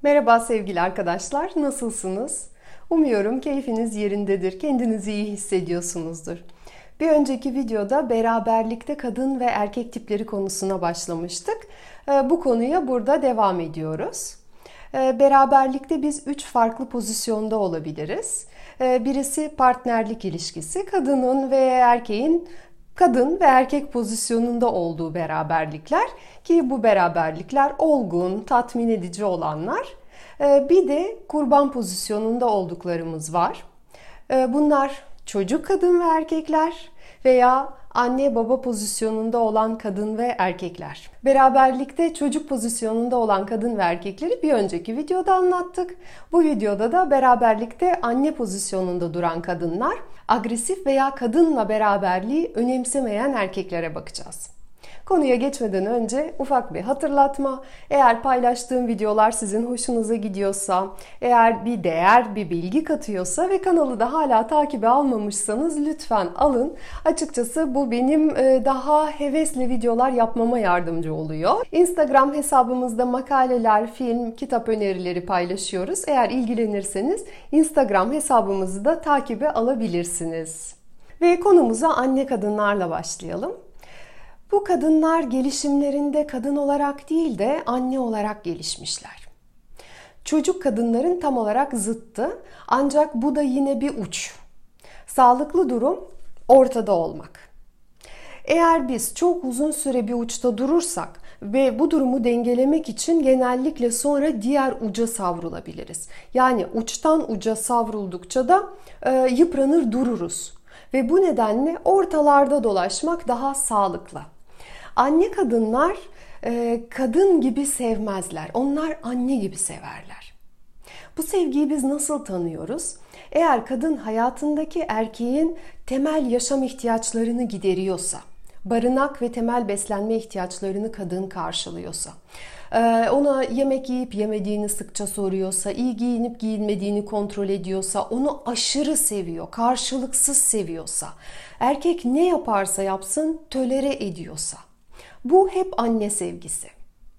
Merhaba sevgili arkadaşlar, nasılsınız? Umuyorum keyfiniz yerindedir, kendinizi iyi hissediyorsunuzdur. Bir önceki videoda beraberlikte kadın ve erkek tipleri konusuna başlamıştık. Bu konuya burada devam ediyoruz. Beraberlikte biz 3 farklı pozisyonda olabiliriz. Birisi partnerlik ilişkisi, kadın ve erkek pozisyonunda olduğu beraberlikler ki bu beraberlikler olgun, tatmin edici olanlar. Bir de kurban pozisyonunda olduklarımız var. Bunlar çocuk kadın ve erkekler veya anne baba pozisyonunda olan kadın ve erkekler. Beraberlikte çocuk pozisyonunda olan kadın ve erkekleri bir önceki videoda anlattık. Bu videoda da beraberlikte anne pozisyonunda duran kadınlar, agresif veya kadınla beraberliği önemsemeyen erkeklere bakacağız. Konuya geçmeden önce ufak bir hatırlatma. Eğer paylaştığım videolar sizin hoşunuza gidiyorsa, eğer bir değer, bir bilgi katıyorsa ve kanalı da hala takibe almamışsanız lütfen alın. Açıkçası bu benim daha hevesli videolar yapmama yardımcı oluyor. Instagram hesabımızda makaleler, film, kitap önerileri paylaşıyoruz. Eğer ilgilenirseniz Instagram hesabımızı da takibe alabilirsiniz. Ve konumuza anne kadınlarla başlayalım. Bu kadınlar gelişimlerinde kadın olarak değil de anne olarak gelişmişler. Çocuk kadınların tam olarak zıttı, ancak bu da yine bir uç. Sağlıklı durum ortada olmak. Eğer biz çok uzun süre bir uçta durursak ve bu durumu dengelemek için genellikle sonra diğer uca savrulabiliriz. Yani uçtan uca savruldukça da yıpranır dururuz. Ve bu nedenle ortalarda dolaşmak daha sağlıklı. Anne kadınlar kadın gibi sevmezler. Onlar anne gibi severler. Bu sevgiyi biz nasıl tanıyoruz? Eğer kadın hayatındaki erkeğin temel yaşam ihtiyaçlarını gideriyorsa, barınak ve temel beslenme ihtiyaçlarını kadın karşılıyorsa, ona yemek yiyip yemediğini sıkça soruyorsa, iyi giyinip giyinmediğini kontrol ediyorsa, onu aşırı seviyor, karşılıksız seviyorsa, erkek ne yaparsa yapsın tölere ediyorsa, bu hep anne sevgisi.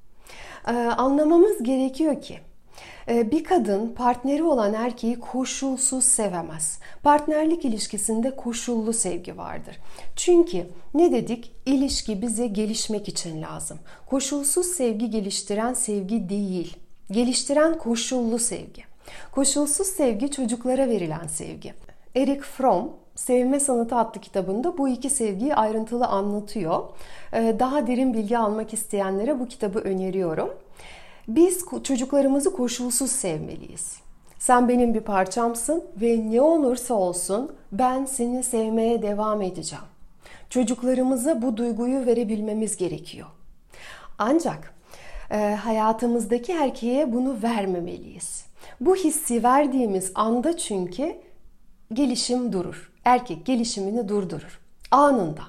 Anlamamız gerekiyor ki bir kadın partneri olan erkeği koşulsuz sevemez. Partnerlik ilişkisinde koşullu sevgi vardır. Çünkü ne dedik? İlişki bize gelişmek için lazım. Koşulsuz sevgi geliştiren sevgi değil. Geliştiren koşullu sevgi. Koşulsuz sevgi çocuklara verilen sevgi. Erich Fromm Sevme Sanatı adlı kitabında bu iki sevgiyi ayrıntılı anlatıyor. Daha derin bilgi almak isteyenlere bu kitabı öneriyorum. Biz çocuklarımızı koşulsuz sevmeliyiz. Sen benim bir parçamsın ve ne olursa olsun ben seni sevmeye devam edeceğim. Çocuklarımıza bu duyguyu verebilmemiz gerekiyor. Ancak hayatımızdaki erkeğe bunu vermemeliyiz. Bu hissi verdiğimiz anda çünkü gelişim durur. Erkek gelişimini durdurur. Anında.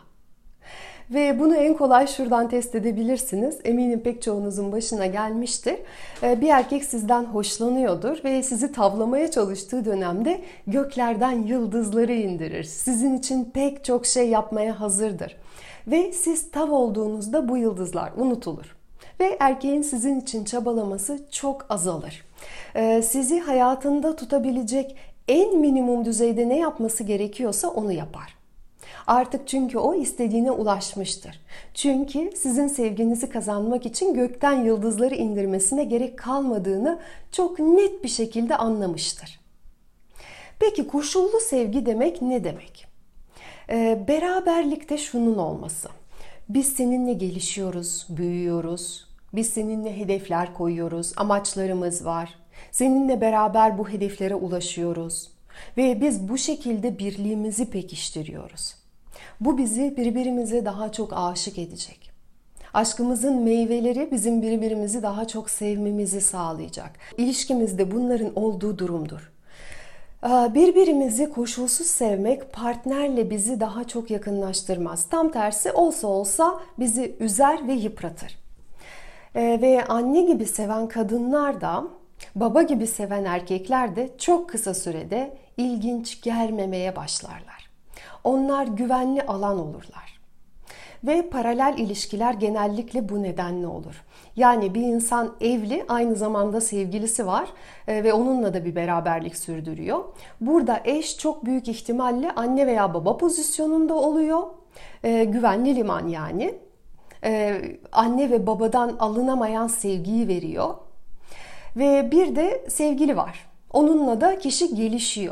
Ve bunu en kolay şuradan test edebilirsiniz. Eminim pek çoğunuzun başına gelmiştir. Bir erkek sizden hoşlanıyordur ve sizi tavlamaya çalıştığı dönemde göklerden yıldızları indirir. Sizin için pek çok şey yapmaya hazırdır. Ve siz tav olduğunuzda bu yıldızlar unutulur. Ve erkeğin sizin için çabalaması çok azalır. Sizi hayatında tutabilecek en minimum düzeyde ne yapması gerekiyorsa onu yapar. Artık çünkü o istediğine ulaşmıştır. Çünkü sizin sevginizi kazanmak için gökten yıldızları indirmesine gerek kalmadığını çok net bir şekilde anlamıştır. Peki koşullu sevgi demek ne demek? Beraberlikte şunun olması. Biz seninle gelişiyoruz, büyüyoruz. Biz seninle hedefler koyuyoruz, amaçlarımız var. Seninle beraber bu hedeflere ulaşıyoruz. Ve biz bu şekilde birliğimizi pekiştiriyoruz. Bu bizi birbirimize daha çok aşık edecek. Aşkımızın meyveleri bizim birbirimizi daha çok sevmemizi sağlayacak. İlişkimizde bunların olduğu durumdur. Birbirimizi koşulsuz sevmek partnerle bizi daha çok yakınlaştırmaz. Tam tersi olsa bizi üzer ve yıpratır. Ve anne gibi seven kadınlar da, baba gibi seven erkekler de çok kısa sürede ilginç gelmemeye başlarlar. Onlar güvenli alan olurlar. Ve paralel ilişkiler genellikle bu nedenle olur. Yani bir insan evli, aynı zamanda sevgilisi var ve onunla da bir beraberlik sürdürüyor. Burada eş çok büyük ihtimalle anne veya baba pozisyonunda oluyor. Güvenli liman yani. Anne ve babadan alınamayan sevgiyi veriyor. Ve bir de sevgili var. Onunla da kişi gelişiyor.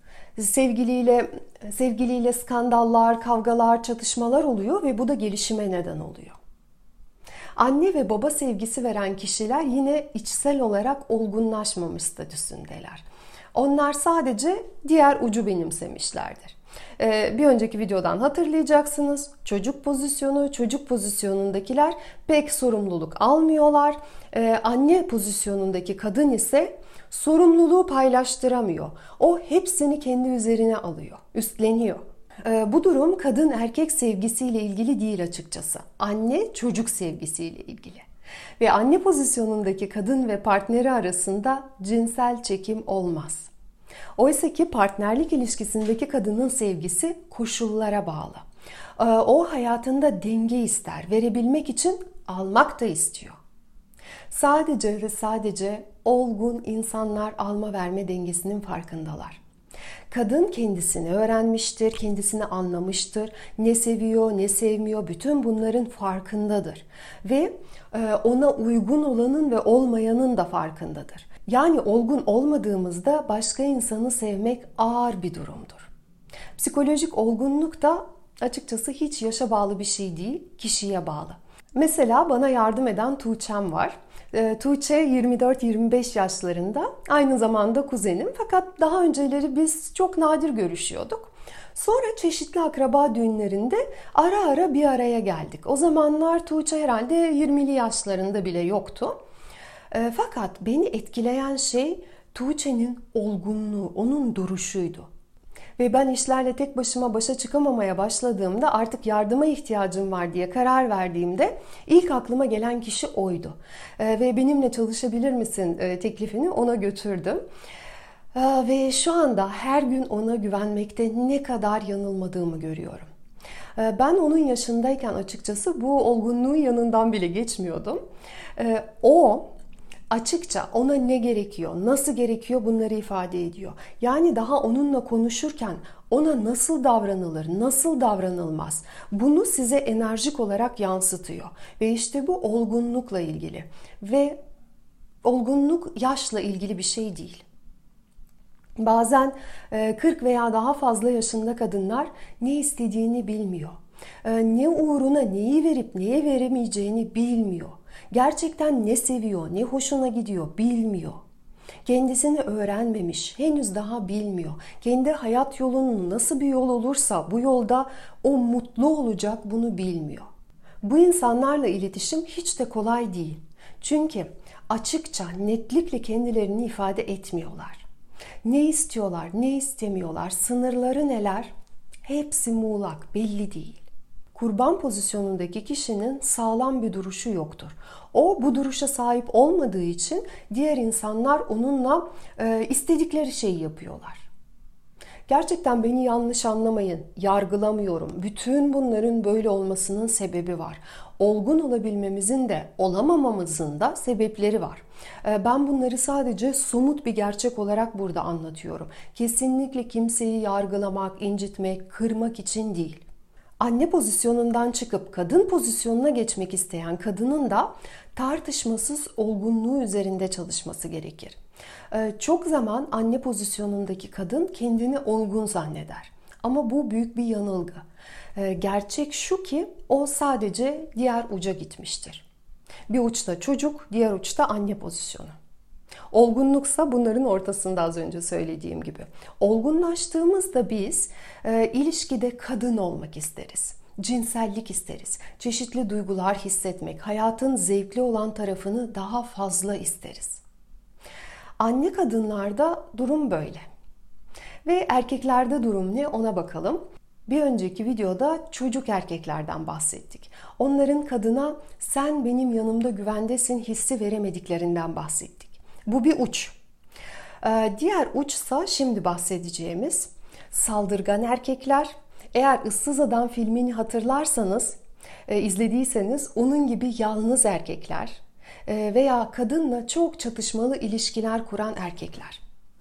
Sevgiliyle skandallar, kavgalar, çatışmalar oluyor ve bu da gelişime neden oluyor. Anne ve baba sevgisi veren kişiler yine içsel olarak olgunlaşmamış statüsündeler. Onlar sadece diğer ucu benimsemişlerdir. Bir önceki videodan hatırlayacaksınız. Çocuk pozisyonundakiler pek sorumluluk almıyorlar. Anne pozisyonundaki kadın ise sorumluluğu paylaştıramıyor. O hepsini kendi üzerine alıyor, üstleniyor. Bu durum kadın erkek sevgisiyle ilgili değil açıkçası. Anne çocuk sevgisiyle ilgili. Ve anne pozisyonundaki kadın ve partneri arasında cinsel çekim olmaz. Oysa ki partnerlik ilişkisindeki kadının sevgisi koşullara bağlı. O hayatında denge ister, verebilmek için almak da istiyor. Sadece ve sadece olgun insanlar alma verme dengesinin farkındalar. Kadın kendisini öğrenmiştir, kendisini anlamıştır, ne seviyor, ne sevmiyor, bütün bunların farkındadır. Ve ona uygun olanın ve olmayanın da farkındadır. Yani olgun olmadığımızda başka insanı sevmek ağır bir durumdur. Psikolojik olgunluk da açıkçası hiç yaşa bağlı bir şey değil, kişiye bağlı. Mesela bana yardım eden Tuğçe'm var. Tuğçe 24-25 yaşlarında, aynı zamanda kuzenim, fakat daha önceleri biz çok nadir görüşüyorduk. Sonra çeşitli akraba düğünlerinde ara ara bir araya geldik. O zamanlar Tuğçe herhalde 20'li yaşlarında bile yoktu. Fakat beni etkileyen şey Tuğçe'nin olgunluğu, onun duruşuydu. Ve ben işlerle tek başıma başa çıkamamaya başladığımda, artık yardıma ihtiyacım var diye karar verdiğimde ilk aklıma gelen kişi oydu. Ve benimle çalışabilir misin teklifini ona götürdüm. Ve şu anda her gün ona güvenmekte ne kadar yanılmadığımı görüyorum. Ben onun yaşındayken açıkçası bu olgunluğun yanından bile geçmiyordum. O açıkça ona ne gerekiyor, nasıl gerekiyor bunları ifade ediyor. Yani daha onunla konuşurken ona nasıl davranılır, nasıl davranılmaz, bunu size enerjik olarak yansıtıyor. Ve işte bu olgunlukla ilgili. Ve olgunluk yaşla ilgili bir şey değil. Bazen 40 veya daha fazla yaşında kadınlar ne istediğini bilmiyor. Ne uğruna neyi verip neye veremeyeceğini bilmiyor. Gerçekten ne seviyor, ne hoşuna gidiyor bilmiyor. Kendisini öğrenmemiş, henüz daha bilmiyor. Kendi hayat yolunun nasıl bir yol olursa bu yolda o mutlu olacak, bunu bilmiyor. Bu insanlarla iletişim hiç de kolay değil. Çünkü açıkça, netlikle kendilerini ifade etmiyorlar. Ne istiyorlar, ne istemiyorlar, sınırları neler? Hepsi muğlak, belli değil. Kurban pozisyonundaki kişinin sağlam bir duruşu yoktur. O bu duruşa sahip olmadığı için diğer insanlar onunla istedikleri şeyi yapıyorlar. Gerçekten beni yanlış anlamayın, yargılamıyorum. Bütün bunların böyle olmasının sebebi var. Olgun olabilmemizin de olamamamızın da sebepleri var. Ben bunları sadece somut bir gerçek olarak burada anlatıyorum. Kesinlikle kimseyi yargılamak, incitmek, kırmak için değil. Anne pozisyonundan çıkıp kadın pozisyonuna geçmek isteyen kadının da tartışmasız olgunluğu üzerinde çalışması gerekir. Çok zaman anne pozisyonundaki kadın kendini olgun zanneder. Ama bu büyük bir yanılgı. Gerçek şu ki o sadece diğer uca gitmiştir. Bir uçta çocuk, diğer uçta anne pozisyonu. Olgunluksa bunların ortasında, az önce söylediğim gibi. Olgunlaştığımızda biz ilişkide kadın olmak isteriz. Cinsellik isteriz. Çeşitli duygular hissetmek, hayatın zevkli olan tarafını daha fazla isteriz. Anne kadınlarda durum böyle. Ve erkeklerde durum ne, ona bakalım. Bir önceki videoda çocuk erkeklerden bahsettik. Onların kadına sen benim yanımda güvendesin hissi veremediklerinden bahsettik. Bu bir uç. Diğer uçsa şimdi bahsedeceğimiz saldırgan erkekler. Eğer Issız Adam filmini hatırlarsanız izlediyseniz onun gibi yalnız erkekler veya kadınla çok çatışmalı ilişkiler kuran erkekler.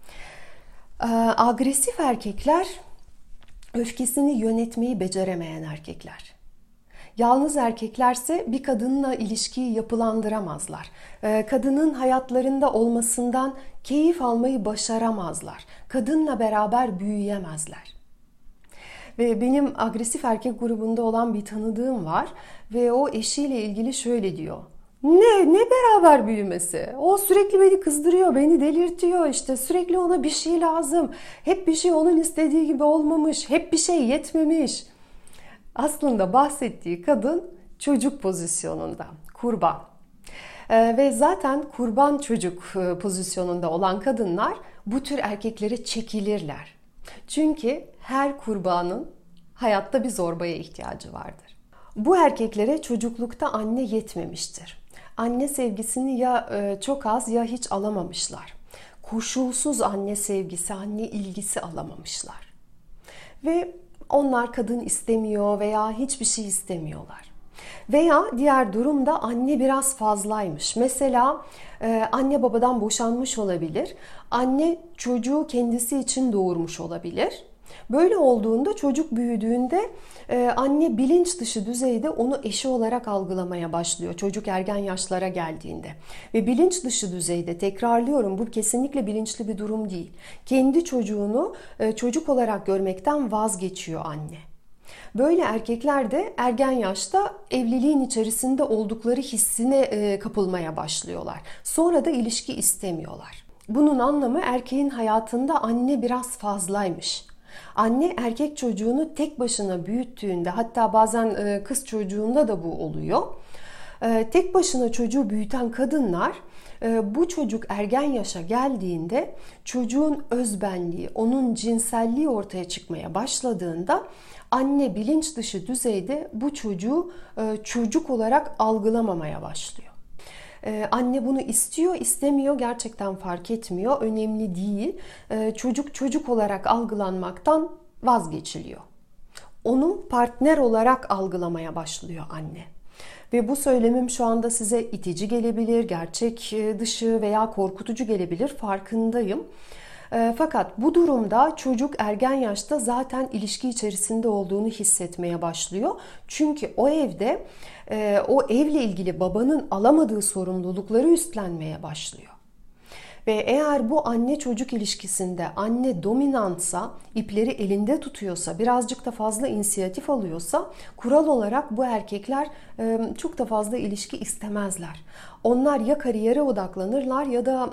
Agresif erkekler öfkesini yönetmeyi beceremeyen erkekler. Yalnız erkeklerse bir kadınla ilişkiyi yapılandıramazlar. Kadının hayatlarında olmasından keyif almayı başaramazlar. Kadınla beraber büyüyemezler. Ve benim agresif erkek grubunda olan bir tanıdığım var ve o eşiyle ilgili şöyle diyor. Ne beraber büyümesi? O sürekli beni kızdırıyor, beni delirtiyor işte. Sürekli ona bir şey lazım. Hep bir şey onun istediği gibi olmamış. Hep bir şey yetmemiş. Aslında bahsettiği kadın çocuk pozisyonunda, kurban. Ve zaten kurban çocuk pozisyonunda olan kadınlar bu tür erkeklere çekilirler. Çünkü her kurbanın hayatta bir zorbaya ihtiyacı vardır. Bu erkeklere çocuklukta anne yetmemiştir. Anne sevgisini ya çok az ya hiç alamamışlar. Koşulsuz anne sevgisi, anne ilgisi alamamışlar. Ve onlar kadın istemiyor veya hiçbir şey istemiyorlar. Veya diğer durumda anne biraz fazlaymış. Mesela anne babadan boşanmış olabilir. Anne çocuğu kendisi için doğurmuş olabilir. Böyle olduğunda çocuk büyüdüğünde anne bilinç dışı düzeyde onu eşi olarak algılamaya başlıyor. Çocuk ergen yaşlara geldiğinde. Ve bilinç dışı düzeyde, tekrarlıyorum, bu kesinlikle bilinçli bir durum değil. Kendi çocuğunu çocuk olarak görmekten vazgeçiyor anne. Böyle erkekler de ergen yaşta evliliğin içerisinde oldukları hissine kapılmaya başlıyorlar. Sonra da ilişki istemiyorlar. Bunun anlamı erkeğin hayatında anne biraz fazlaymış. Anne erkek çocuğunu tek başına büyüttüğünde, hatta bazen kız çocuğunda da bu oluyor. Tek başına çocuğu büyüten kadınlar bu çocuk ergen yaşa geldiğinde çocuğun özbenliği, onun cinselliği ortaya çıkmaya başladığında anne bilinç dışı düzeyde bu çocuğu çocuk olarak algılamamaya başlıyor. Anne bunu istiyor, istemiyor, gerçekten fark etmiyor, önemli değil. Çocuk olarak algılanmaktan vazgeçiliyor. Onu partner olarak algılamaya başlıyor anne. Ve bu söylemim şu anda size itici gelebilir, gerçek dışı veya korkutucu gelebilir, farkındayım. Fakat bu durumda çocuk ergen yaşta zaten ilişki içerisinde olduğunu hissetmeye başlıyor. Çünkü o evde o evle ilgili babanın alamadığı sorumlulukları üstlenmeye başlıyor. Ve eğer bu anne çocuk ilişkisinde anne dominantsa, ipleri elinde tutuyorsa, birazcık da fazla inisiyatif alıyorsa, kural olarak bu erkekler çok da fazla ilişki istemezler. Onlar ya kariyere odaklanırlar ya da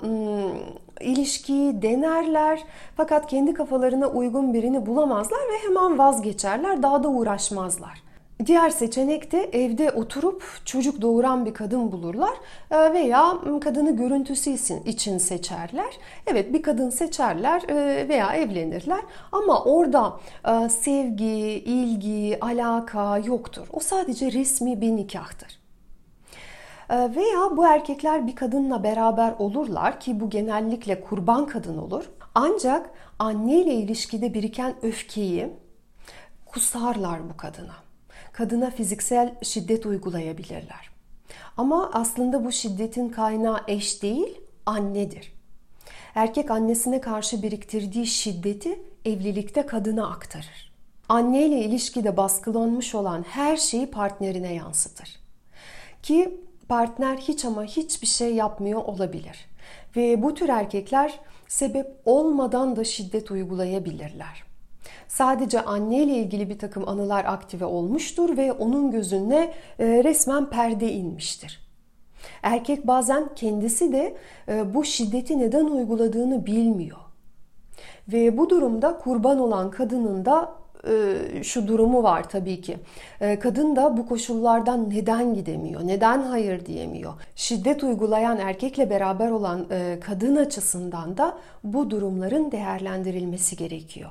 ilişkiyi denerler, fakat kendi kafalarına uygun birini bulamazlar ve hemen vazgeçerler, daha da uğraşmazlar. Diğer seçenek de evde oturup çocuk doğuran bir kadın bulurlar veya kadını görüntüsü için seçerler. Evet, bir kadın seçerler veya evlenirler ama orada sevgi, ilgi, alaka yoktur. O sadece resmi bir nikahtır. Veya bu erkekler bir kadınla beraber olurlar ki bu genellikle kurban kadın olur. Ancak anneyle ilişkide biriken öfkeyi kusarlar bu kadına. Kadına fiziksel şiddet uygulayabilirler. Ama aslında bu şiddetin kaynağı eş değil, annedir. Erkek annesine karşı biriktirdiği şiddeti evlilikte kadına aktarır. Anneyle ilişkide baskılanmış olan her şeyi partnerine yansıtır. Ki partner hiç ama hiçbir şey yapmıyor olabilir. Ve bu tür erkekler sebep olmadan da şiddet uygulayabilirler. Sadece anneyle ilgili bir takım anılar aktive olmuştur ve onun gözüne resmen perde inmiştir. Erkek bazen kendisi de bu şiddeti neden uyguladığını bilmiyor. Ve bu durumda kurban olan kadının da şu durumu var tabii ki. Kadın da bu koşullardan neden gidemiyor, neden hayır diyemiyor. Şiddet uygulayan erkekle beraber olan kadın açısından da bu durumların değerlendirilmesi gerekiyor.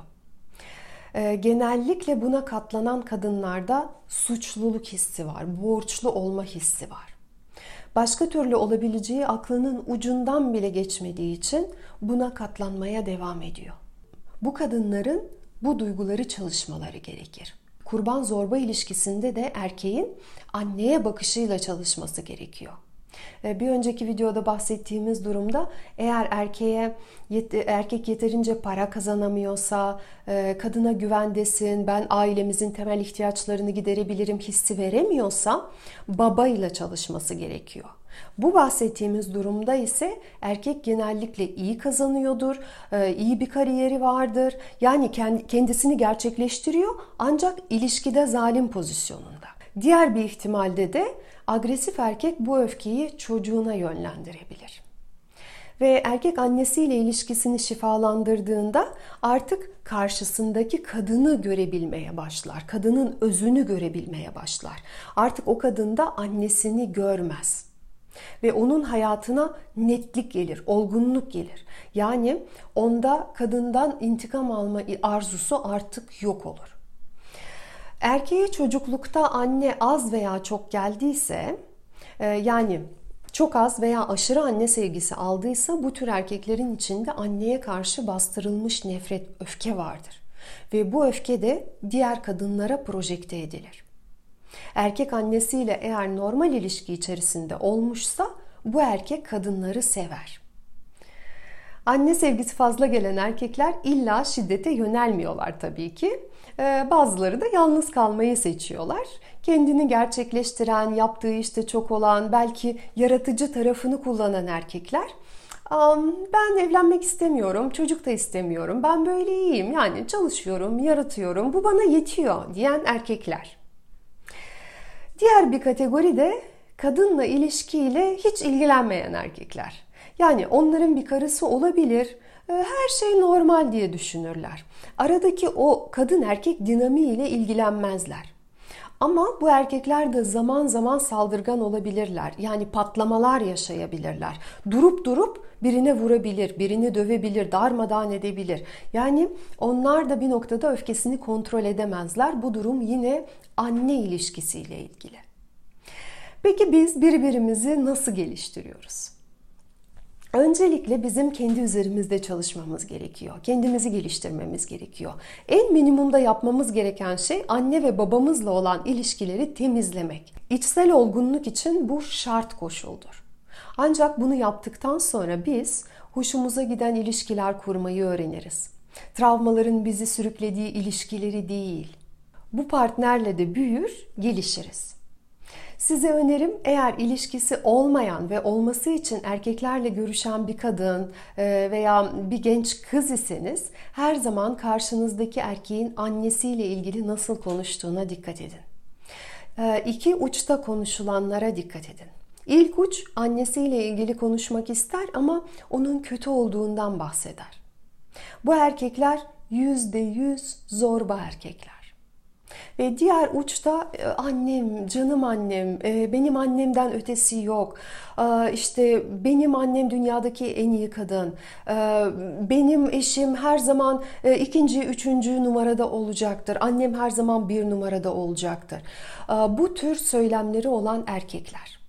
Genellikle buna katlanan kadınlarda suçluluk hissi var, borçlu olma hissi var. Başka türlü olabileceği aklının ucundan bile geçmediği için buna katlanmaya devam ediyor. Bu kadınların bu duyguları çalışmaları gerekir. kurban zorba ilişkisinde de erkeğin anneye bakışıyla çalışması gerekiyor. Bir önceki videoda bahsettiğimiz durumda eğer erkek yeterince para kazanamıyorsa, kadına güvendesin, ben ailemizin temel ihtiyaçlarını giderebilirim hissi veremiyorsa babayla çalışması gerekiyor. Bu bahsettiğimiz durumda ise erkek genellikle iyi kazanıyordur, iyi bir kariyeri vardır. Yani kendisini gerçekleştiriyor ancak ilişkide zalim pozisyonunda. Diğer bir ihtimalde de agresif erkek bu öfkeyi çocuğuna yönlendirebilir. Ve erkek annesiyle ilişkisini şifalandırdığında artık karşısındaki kadını görebilmeye başlar. Kadının özünü görebilmeye başlar. Artık o kadın da annesini görmez. Ve onun hayatına netlik gelir, olgunluk gelir. Yani onda kadından intikam alma arzusu artık yok olur. Erkeğe çocuklukta anne az veya çok geldiyse, yani çok az veya aşırı anne sevgisi aldıysa bu tür erkeklerin içinde anneye karşı bastırılmış nefret, öfke vardır. Ve bu öfke de diğer kadınlara projekte edilir. Erkek annesiyle eğer normal ilişki içerisinde olmuşsa bu erkek kadınları sever. Anne sevgisi fazla gelen erkekler illa şiddete yönelmiyorlar tabii ki. Bazıları da yalnız kalmayı seçiyorlar. Kendini gerçekleştiren, yaptığı işte çok olan, belki yaratıcı tarafını kullanan erkekler, ben evlenmek istemiyorum, çocuk da istemiyorum, ben böyle iyiyim, yani çalışıyorum, yaratıyorum, bu bana yetiyor diyen erkekler. Diğer bir kategori de kadınla ilişkiyle hiç ilgilenmeyen erkekler. Yani onların bir karısı olabilir, her şey normal diye düşünürler. Aradaki o kadın erkek dinamiğiyle ilgilenmezler. Ama bu erkekler de zaman zaman saldırgan olabilirler. Yani patlamalar yaşayabilirler. Durup birine vurabilir, birini dövebilir, darmadağın edebilir. Yani onlar da bir noktada öfkesini kontrol edemezler. Bu durum yine anne ilişkisiyle ilgili. Peki biz birbirimizi nasıl geliştiriyoruz? Öncelikle bizim kendi üzerimizde çalışmamız gerekiyor. Kendimizi geliştirmemiz gerekiyor. En minimumda yapmamız gereken şey anne ve babamızla olan ilişkileri temizlemek. İçsel olgunluk için bu şart koşuldur. Ancak bunu yaptıktan sonra biz hoşumuza giden ilişkiler kurmayı öğreniriz. Travmaların bizi sürüklediği ilişkileri değil. Bu partnerle de büyür, gelişiriz. Size önerim, eğer ilişkisi olmayan ve olması için erkeklerle görüşen bir kadın veya bir genç kız iseniz her zaman karşınızdaki erkeğin annesiyle ilgili nasıl konuştuğuna dikkat edin. İki uçta konuşulanlara dikkat edin. İlk uç annesiyle ilgili konuşmak ister ama onun kötü olduğundan bahseder. Bu erkekler %100 zorba erkekler. Ve diğer uçta annem, canım annem, benim annemden ötesi yok. İşte benim annem dünyadaki en iyi kadın. Benim eşim her zaman ikinci, üçüncü numarada olacaktır. Annem her zaman bir numarada olacaktır. Bu tür söylemleri olan erkekler.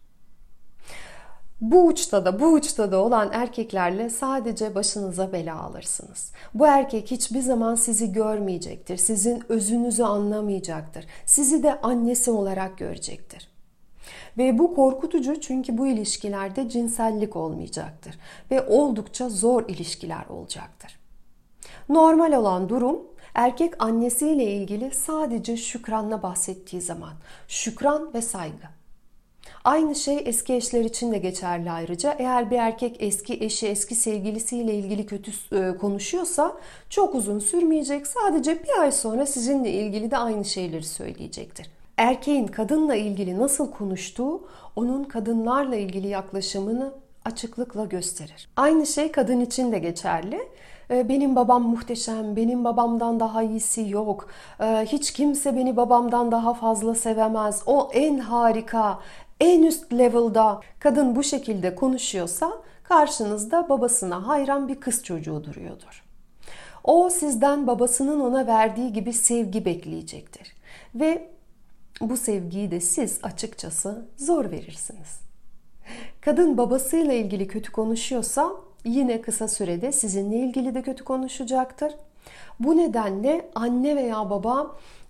Bu uçta da olan erkeklerle sadece başınıza bela alırsınız. Bu erkek hiçbir zaman sizi görmeyecektir. Sizin özünüzü anlamayacaktır. Sizi de annesi olarak görecektir. Ve bu korkutucu, çünkü bu ilişkilerde cinsellik olmayacaktır. Ve oldukça zor ilişkiler olacaktır. Normal olan durum, erkek annesiyle ilgili sadece şükranla bahsettiği zaman. Şükran ve saygı. Aynı şey eski eşler için de geçerli ayrıca. Eğer bir erkek eski eşi, eski sevgilisiyle ilgili kötü konuşuyorsa çok uzun sürmeyecek. Sadece bir ay sonra sizinle ilgili de aynı şeyleri söyleyecektir. Erkeğin kadınla ilgili nasıl konuştuğu, onun kadınlarla ilgili yaklaşımını açıklıkla gösterir. Aynı şey kadın için de geçerli. Benim babam muhteşem, benim babamdan daha iyisi yok. Hiç kimse beni babamdan daha fazla sevemez. O en harika, en üst level'da. Kadın bu şekilde konuşuyorsa karşınızda babasına hayran bir kız çocuğu duruyordur. O sizden babasının ona verdiği gibi sevgi bekleyecektir. Ve bu sevgiyi de siz açıkçası zor verirsiniz. Kadın babasıyla ilgili kötü konuşuyorsa yine kısa sürede sizinle ilgili de kötü konuşacaktır. Bu nedenle anne veya baba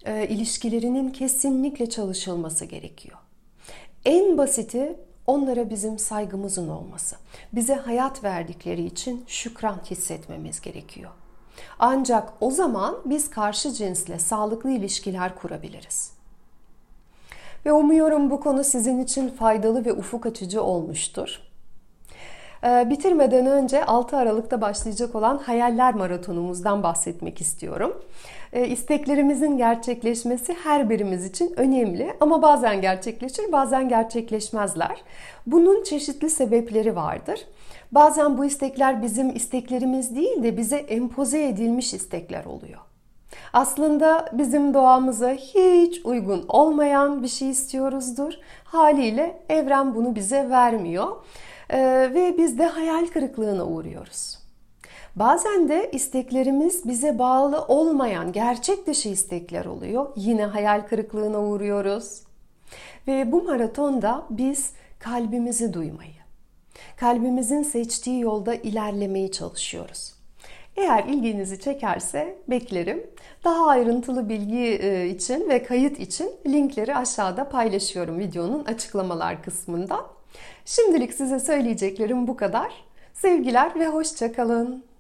ilişkilerinin kesinlikle çalışılması gerekiyor. En basiti onlara bizim saygımızın olması. Bize hayat verdikleri için şükran hissetmemiz gerekiyor. Ancak o zaman biz karşı cinsle sağlıklı ilişkiler kurabiliriz. Ve umuyorum bu konu sizin için faydalı ve ufuk açıcı olmuştur. Bitirmeden önce 6 Aralık'ta başlayacak olan Hayaller Maratonumuzdan bahsetmek istiyorum. İsteklerimizin gerçekleşmesi her birimiz için önemli ama bazen gerçekleşir, bazen gerçekleşmezler. Bunun çeşitli sebepleri vardır. Bazen bu istekler bizim isteklerimiz değil de bize empoze edilmiş istekler oluyor. Aslında bizim doğamıza hiç uygun olmayan bir şey istiyoruzdur. Haliyle evren bunu bize vermiyor. Ve biz de hayal kırıklığına uğruyoruz. Bazen de isteklerimiz bize bağlı olmayan gerçek dışı istekler oluyor. Yine hayal kırıklığına uğruyoruz. Ve bu maratonda biz kalbimizi duymayı, kalbimizin seçtiği yolda ilerlemeyi çalışıyoruz. Eğer ilginizi çekerse beklerim. Daha ayrıntılı bilgi için ve kayıt için linkleri aşağıda paylaşıyorum videonun açıklamalar kısmında. Şimdilik size söyleyeceklerim bu kadar. Sevgiler ve hoşça kalın.